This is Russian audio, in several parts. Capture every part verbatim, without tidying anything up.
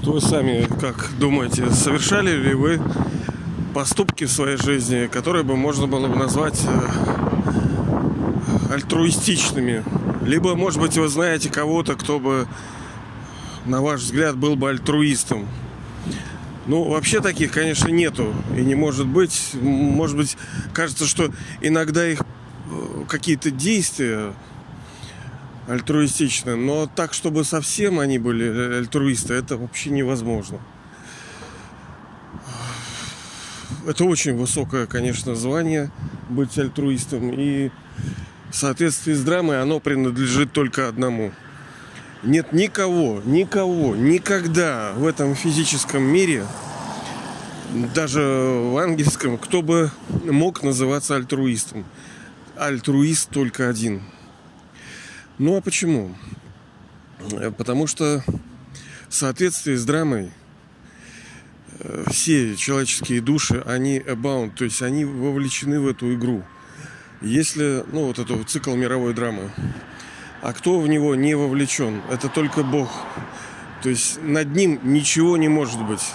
Вот вы сами как думаете, совершали ли вы поступки в своей жизни, которые бы можно было бы назвать альтруистичными? Либо, может быть, вы знаете кого-то, кто бы, на ваш взгляд, был бы альтруистом? Ну, вообще таких, конечно, нету. И не может быть. Может быть, кажется, что иногда их какие-то действия альтруистичны, но так, чтобы совсем они были альтруисты, это вообще невозможно. Это очень высокое, конечно, звание быть альтруистом. И в соответствии с драмой оно принадлежит только одному. Нет никого, никого, никогда в этом физическом мире, даже в ангельском, кто бы мог называться альтруистом. Альтруист только один. Ну а почему? Потому что в соответствии с драмой все человеческие души, они abound, то есть они вовлечены в эту игру. Если, ну вот этот цикл мировой драмы. А кто в него не вовлечен? Это только Бог. То есть над ним ничего не может быть.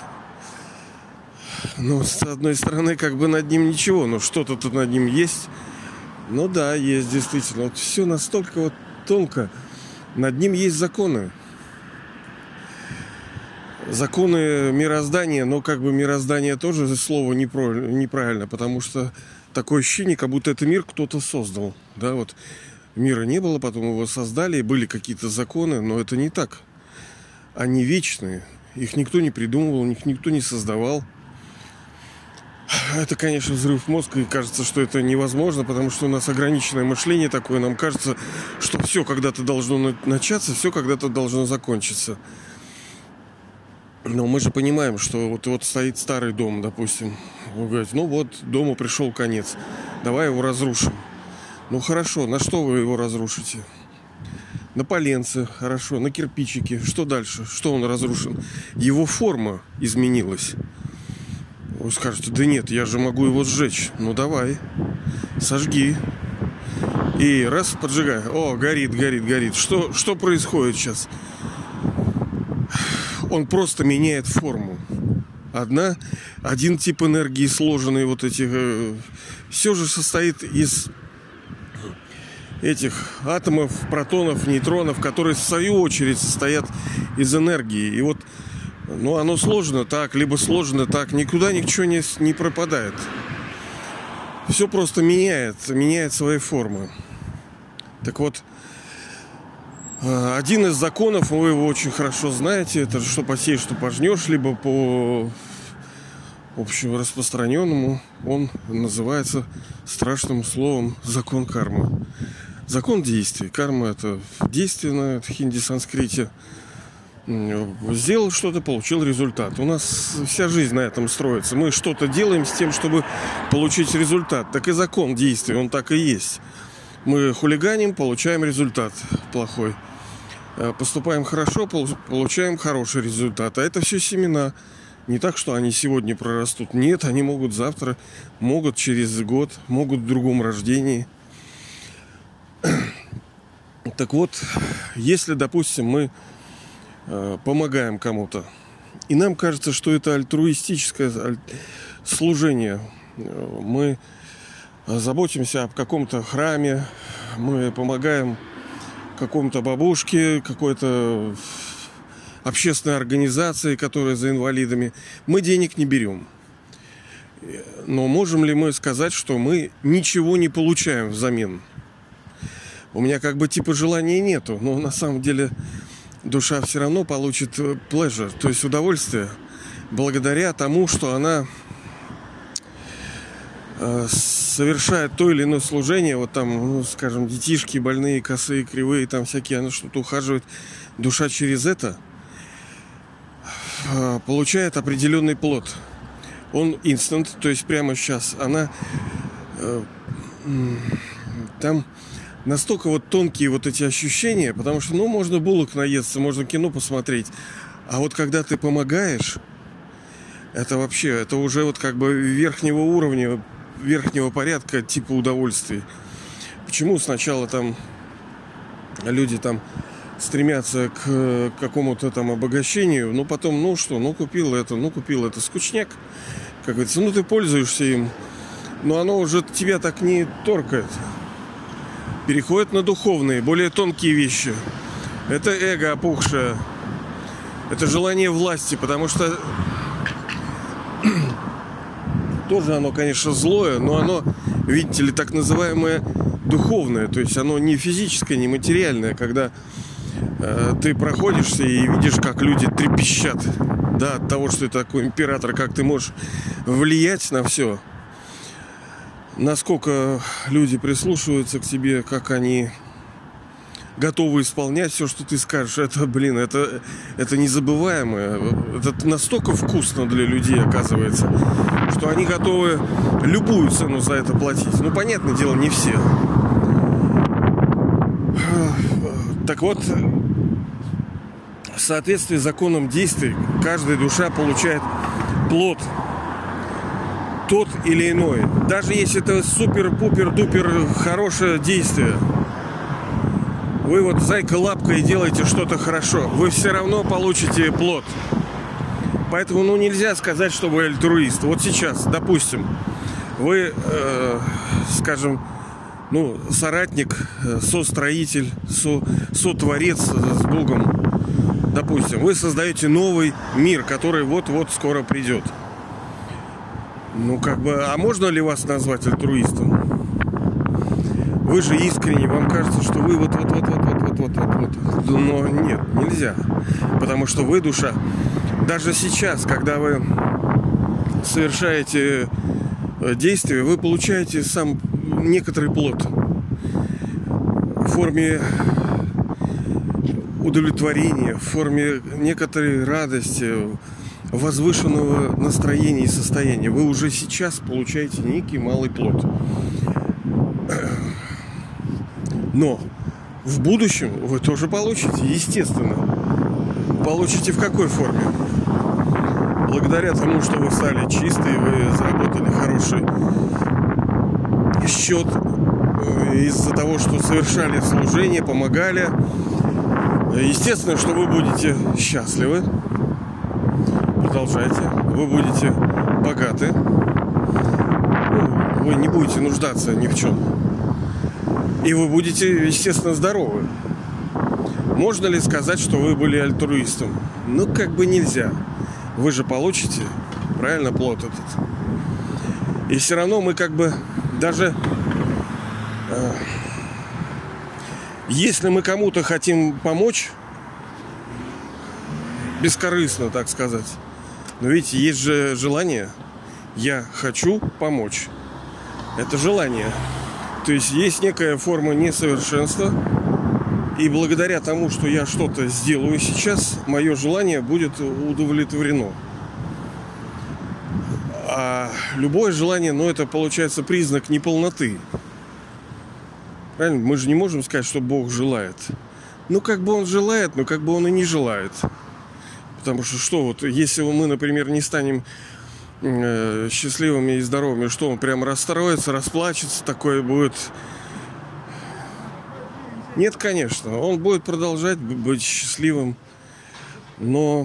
Ну, с одной стороны, как бы над ним ничего, но что-то тут над ним есть. Ну да, есть действительно. Вот все настолько вот тонко. Над ним есть законы. Законы мироздания, но как бы мироздание тоже слово неправильно, потому что такое ощущение, как будто это мир кто-то создал. Да, вот мира не было, потом его создали, и были какие-то законы, но это не так. Они вечные. Их никто не придумывал, их никто не создавал. Это, конечно, взрыв мозга, и кажется, что это невозможно, потому что у нас ограниченное мышление такое. Нам кажется, что все когда-то должно начаться, все когда-то должно закончиться. Но мы же понимаем, что вот, вот стоит старый дом, допустим. Вы говорите, ну вот, дому пришел конец, давай его разрушим. Ну хорошо, на что вы его разрушите? На поленце, хорошо, на кирпичики. Что дальше? Что он разрушен? Его форма изменилась. Вы скажете, да нет, я же могу его сжечь. Ну давай, сожги. И раз, поджигай. О, горит, горит, горит. Что, что происходит сейчас? Он просто меняет форму. Одна, один тип энергии, сложенный вот этих... Э, все же состоит из этих атомов, протонов, нейтронов, которые в свою очередь состоят из энергии. И вот, ну, оно сложено так, либо сложено так. Никуда ничего не, не пропадает. Все просто меняет, меняет свои формы. Так вот, один из законов, вы его очень хорошо знаете, это что посеешь, что пожнешь, либо по общему распространенному, он называется страшным словом закон кармы. Закон действий. Карма — это действие на хинди-санскрите. Сделал что-то, получил результат. У нас вся жизнь на этом строится. Мы что-то делаем с тем, чтобы получить результат. Так и закон действий, он так и есть. Мы хулиганим, получаем результат плохой. Поступаем хорошо, получаем хороший результат. А это все семена. Не так, что они сегодня прорастут. Нет, они могут завтра, могут через год, могут в другом рождении. Так вот, если, допустим, мы помогаем кому-то, и нам кажется, что это альтруистическое служение, мы заботимся об каком-то храме, мы помогаем какому-то бабушке, какой-то общественной организации, которая за инвалидами, мы денег не берем. Но можем ли мы сказать, что мы ничего не получаем взамен? У меня как бы типа желания нету, но на самом деле душа все равно получит pleasure, то есть удовольствие, благодаря тому, что она совершает то или иное служение. Вот там, ну, скажем, детишки больные, косые, кривые, там всякие, она что-то ухаживает. Душа через это получает определенный плод. Он инстант, то есть прямо сейчас. Она там настолько вот тонкие вот эти ощущения, потому что, ну, можно булок наесться, можно кино посмотреть. А вот когда ты помогаешь, это вообще, это уже вот как бы верхнего уровня, верхнего порядка типа удовольствий. Почему сначала там люди там стремятся к какому-то там обогащению, но потом, ну что, ну купил это, ну купил это, скучняк, как говорится, ну ты пользуешься им, но оно уже тебя так не торкает. Переходит на духовные, более тонкие вещи. Это эго опухшее, это желание власти, потому что тоже оно, конечно, злое, но оно, видите ли, так называемое духовное, то есть оно не физическое, не материальное, когда э, ты проходишься и видишь, как люди трепещат, да, от того, что ты такой император, как ты можешь влиять на все, насколько люди прислушиваются к тебе, как они готовы исполнять все, что ты скажешь. Это, блин, это, это незабываемое. Это настолько вкусно для людей, оказывается, что они готовы любую цену за это платить. Ну, понятное дело, не все. Так вот, в соответствии с законом действий, каждая душа получает плод, тот или иной. Даже если это супер-пупер-дупер хорошее действие, вы вот зайка-лапка и делаете что-то хорошо, вы все равно получите плод. Поэтому, ну, нельзя сказать, что вы альтруист. Вот сейчас, допустим, вы, э, скажем, ну, соратник, состроитель, со, сотворец с Богом. Допустим, вы создаете новый мир, который вот-вот скоро придет. Ну, как бы, а можно ли вас назвать альтруистом? Вы же искренне, вам кажется, что вы вот вот вот вот вот вот вот вот вот. Но нет, нельзя. Потому что вы душа. Даже сейчас, когда вы совершаете действие, вы получаете сам некоторый плод в форме удовлетворения, в форме некоторой радости, возвышенного настроения и состояния. Вы уже сейчас получаете некий малый плод. Но в будущем вы тоже получите, естественно. Получите в какой форме? Благодаря тому, что вы стали чистые, вы заработали хороший счет из-за того, что совершали служение, помогали. Естественно, что вы будете счастливы. Продолжайте. Вы будете богаты. Вы не будете нуждаться ни в чем. И вы будете, естественно, здоровы. Можно ли сказать, что вы были альтруистом? Ну, как бы нельзя. Вы же получите, правильно, плод этот. И все равно мы как бы даже... Э, если мы кому-то хотим помочь, бескорыстно, так сказать, но видите, есть же желание. Я хочу помочь. Это желание. То есть есть некая форма несовершенства. И благодаря тому, что я что-то сделаю сейчас, мое желание будет удовлетворено. А любое желание, ну, это получается признак неполноты. Правильно? Мы же не можем сказать, что Бог желает. Ну, как бы Он желает, но как бы Он и не желает. Потому что что вот, если мы, например, не станем э, счастливыми и здоровыми, что Он прям расстроится, расплачется, такое будет... Нет, конечно, Он будет продолжать быть счастливым, но...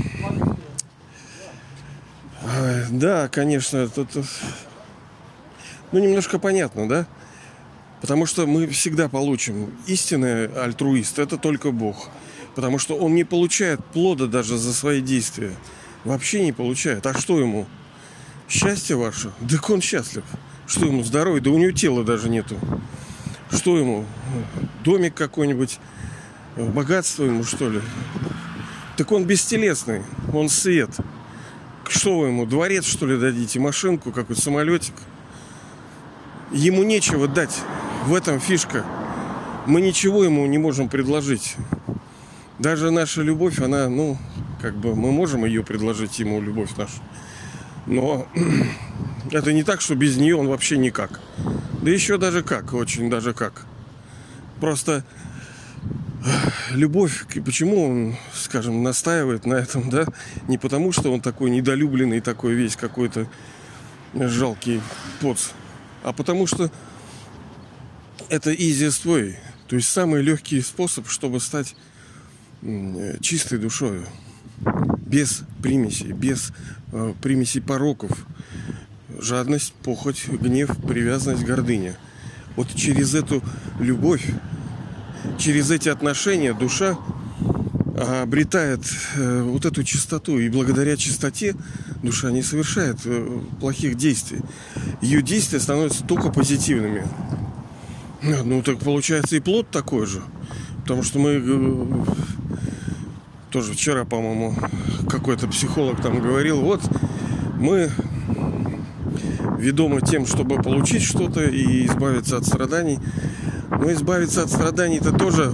Э, да, конечно, это... Ну, немножко понятно, да? Потому что мы всегда получим. Истинный альтруист – это только Бог. Потому что он не получает плода даже за свои действия. Вообще не получает. А что ему? Счастье ваше? Так он счастлив. Что ему? Здоровье? Да у него тела даже нету. Что ему? Домик какой-нибудь? Богатство ему, что ли? Так он бестелесный. Он свет. Что вы ему? Дворец, что ли, дадите? Машинку? Какой-то самолетик? Ему нечего дать. В этом фишка. Мы ничего ему не можем предложить. Даже наша любовь, она, ну, как бы мы можем ее предложить ему, любовь нашу. Но это не так, что без нее он вообще никак. Да еще даже как, очень даже как. Просто любовь, почему он, скажем, настаивает на этом, да? Не потому, что он такой недолюбленный, такой весь какой-то жалкий поц, а потому что это easiest way. То есть самый легкий способ, чтобы стать чистой душою, без примесей, без э, примесей пороков, жадность, похоть, гнев, привязанность, гордыня. Вот через эту любовь, через эти отношения душа обретает э, вот эту чистоту, и благодаря чистоте душа не совершает э, плохих действий. Ее действия становятся только позитивными. Ну так получается и плод такой же, потому что мы э, тоже вчера, по-моему, какой-то психолог там говорил, вот мы ведомы тем, чтобы получить что-то и избавиться от страданий. Но избавиться от страданий-то тоже,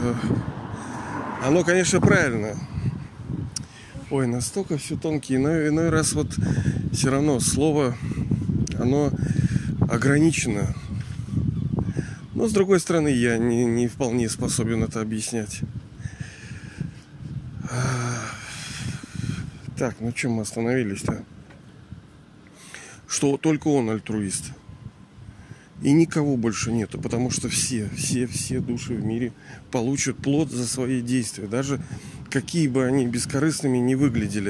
оно, конечно, правильно. Ой, настолько все тонкие. Иной, иной раз вот все равно слово, оно ограничено. Но, с другой стороны, я не, не вполне способен это объяснять. Так, на чем мы остановились-то? Что только он альтруист. И никого больше нету, потому что все, все, все души в мире получат плод за свои действия, даже какие бы они бескорыстными ни выглядели.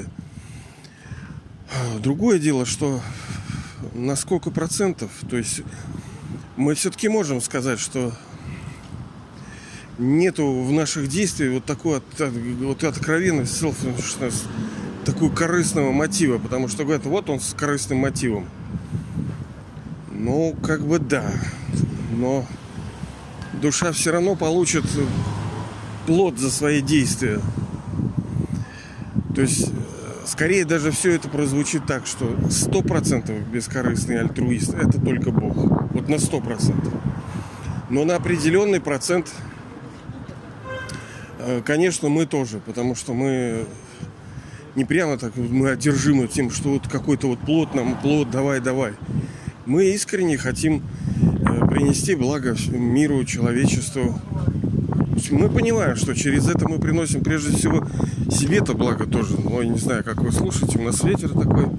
Другое дело, что на сколько процентов, то есть мы все-таки можем сказать, что нету в наших действиях вот такой вот откровенности, selfishness, такого корыстного мотива, потому что говорят, вот он с корыстным мотивом. Ну, как бы да, но душа все равно получит плод за свои действия. То есть, скорее даже все это прозвучит так, что сто процентов бескорыстный альтруист — это только Бог. Вот на сто процентов. Но на определенный процент, конечно, мы тоже, потому что мы не прямо так, мы одержимы тем, что вот какой-то вот плод нам, плод, давай, давай. Мы искренне хотим принести благо миру, человечеству. Мы понимаем, что через это мы приносим прежде всего себе-то благо тоже. Ну, я не знаю, как вы слушаете, у нас ветер такой.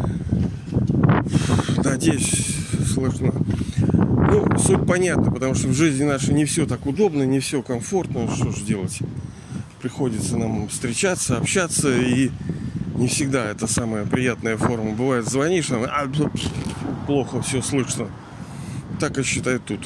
Надеюсь, слышно. Ну, суть понятна, потому что в жизни нашей не все так удобно, не все комфортно. Что же делать? Приходится нам встречаться, общаться, и не всегда это самая приятная форма. Бывает, звонишь, там, а, плохо все слышно. Так и считают тут.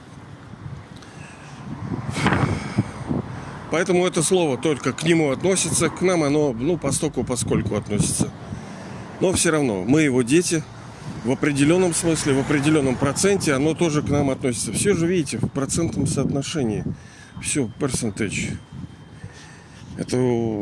Поэтому это слово только к нему относится, к нам оно, ну, постольку, поскольку относится. Но все равно, мы его дети, в определенном смысле, в определенном проценте оно тоже к нам относится. Все же, видите, в процентном соотношении. Все, percentage. Это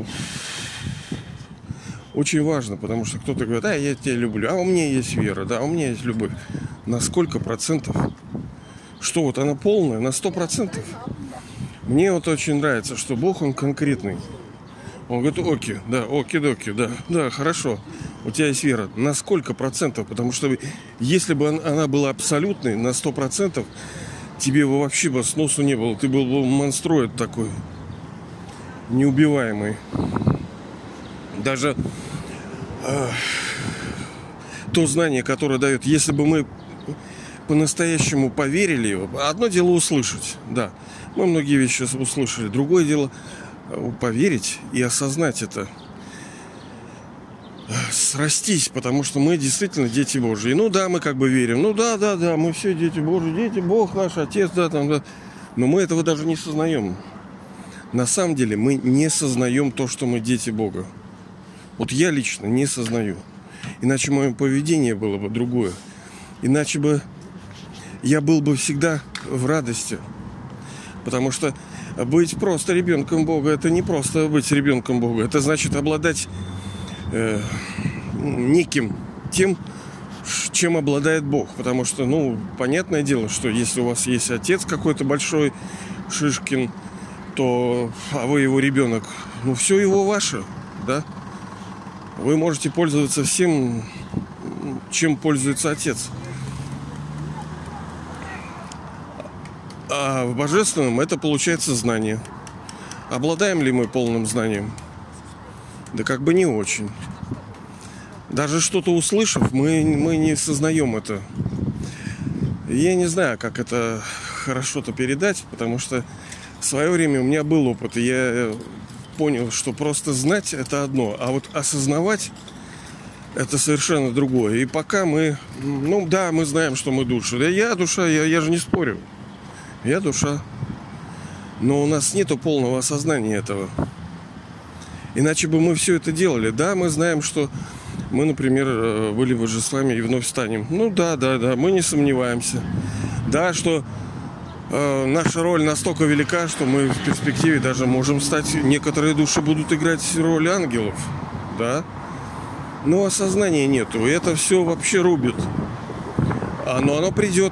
очень важно, потому что кто-то говорит, а я тебя люблю, а у меня есть вера, да, у меня есть любовь. На сколько процентов? Что вот она полная? На сто процентов. Мне вот очень нравится, что Бог, он конкретный. Он говорит, оки, да, оки-доки, да, да, хорошо. У тебя есть вера. На сколько процентов? Потому что если бы она была абсолютной, на сто процентов, тебе бы вообще бы сносу не было. Ты был бы монстроид такой. Неубиваемый. Даже э, то знание, которое дает, если бы мы по-настоящему поверили, одно дело услышать, да, мы многие вещи услышали, другое дело поверить и осознать это, срастись, потому что мы действительно дети Божьи. Ну да, мы как бы верим, ну да, да, да, мы все дети Божьи, дети, Бог наш Отец, да, там, да, но мы этого даже не сознаем. На самом деле мы не сознаем то, что мы дети Бога. Вот я лично не сознаю. Иначе мое поведение было бы другое. Иначе бы я был бы всегда в радости. Потому что быть просто ребенком Бога — это не просто быть ребенком Бога. Это значит обладать э, неким тем, чем обладает Бог. Потому что, ну, понятное дело, что если у вас есть отец какой-то большой, Шишкин, то, а вы его ребенок, ну, все его ваше, да? Вы можете пользоваться всем, чем пользуется отец. А в божественном это получается знание. Обладаем ли мы полным знанием? Да как бы не очень. Даже что-то услышав, мы, мы не сознаем это. Я не знаю, как это хорошо-то передать, потому что В свое время у меня был опыт, и я понял, что просто знать — это одно, а вот осознавать — это совершенно другое. И пока мы, ну да, мы знаем, что мы души. Да я душа, я, я же не спорю. Я душа. Но у нас нету полного осознания этого. Иначе бы мы все это делали. Да, мы знаем, что мы, например, были бы же с вами и вновь станем. Ну да, да, да, мы не сомневаемся. Да, что э, наша роль настолько велика, что мы в перспективе даже можем стать... Некоторые души будут играть роль ангелов. Да. Но осознания нету. И это все вообще рубит. А, но оно придет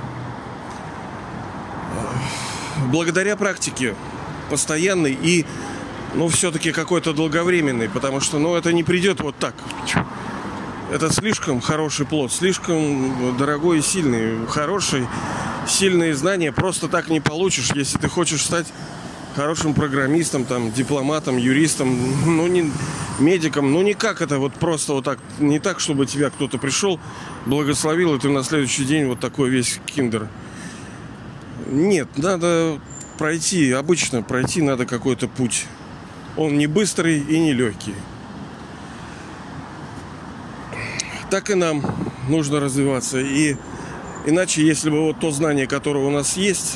благодаря практике постоянной и, ну, все-таки какой-то долговременной. Потому что, ну, это не придет вот так. Это слишком хороший плод, слишком дорогой и сильный. Хороший, сильные знания просто так не получишь, если ты хочешь стать хорошим программистом, там, дипломатом, юристом, ну, не медиком. Ну, никак это вот просто вот так. Не так, чтобы тебя кто-то пришел, благословил, и ты на следующий день вот такой весь киндер. Нет, надо пройти, обычно пройти надо какой-то путь. Он не быстрый и не легкий. Так и нам нужно развиваться. И иначе, если бы вот то знание, которое у нас есть,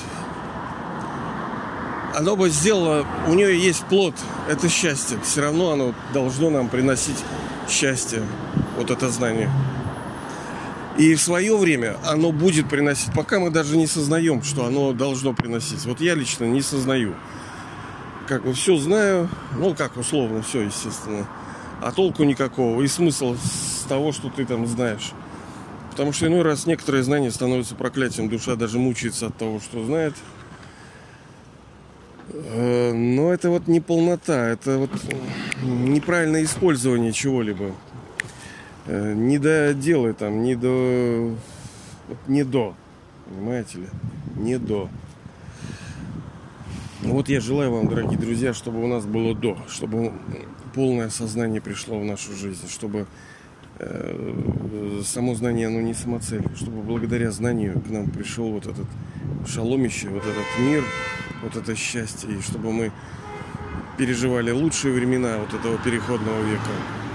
оно бы сделало, у нее есть плод, это счастье. Все равно оно должно нам приносить счастье, вот это знание. И в свое время оно будет приносить, пока мы даже не сознаем, что оно должно приносить. Вот я лично не сознаю. Как бы все знаю, ну как условно все, естественно. А толку никакого. И смысл с того, что ты там знаешь. Потому что иной раз некоторые знания становятся проклятием. Душа даже мучается от того, что знает. Но это вот не полнота. Это вот неправильное использование чего-либо. Не до дела там, не до... Не до. Понимаете ли? Не до. Вот я желаю вам, дорогие друзья, чтобы у нас было до. Чтобы полное сознание пришло в нашу жизнь. Чтобы э, само знание, оно не самоцель. Чтобы благодаря знанию к нам пришел вот этот шаломище, вот этот мир, вот это счастье. И чтобы мы переживали лучшие времена вот этого переходного века.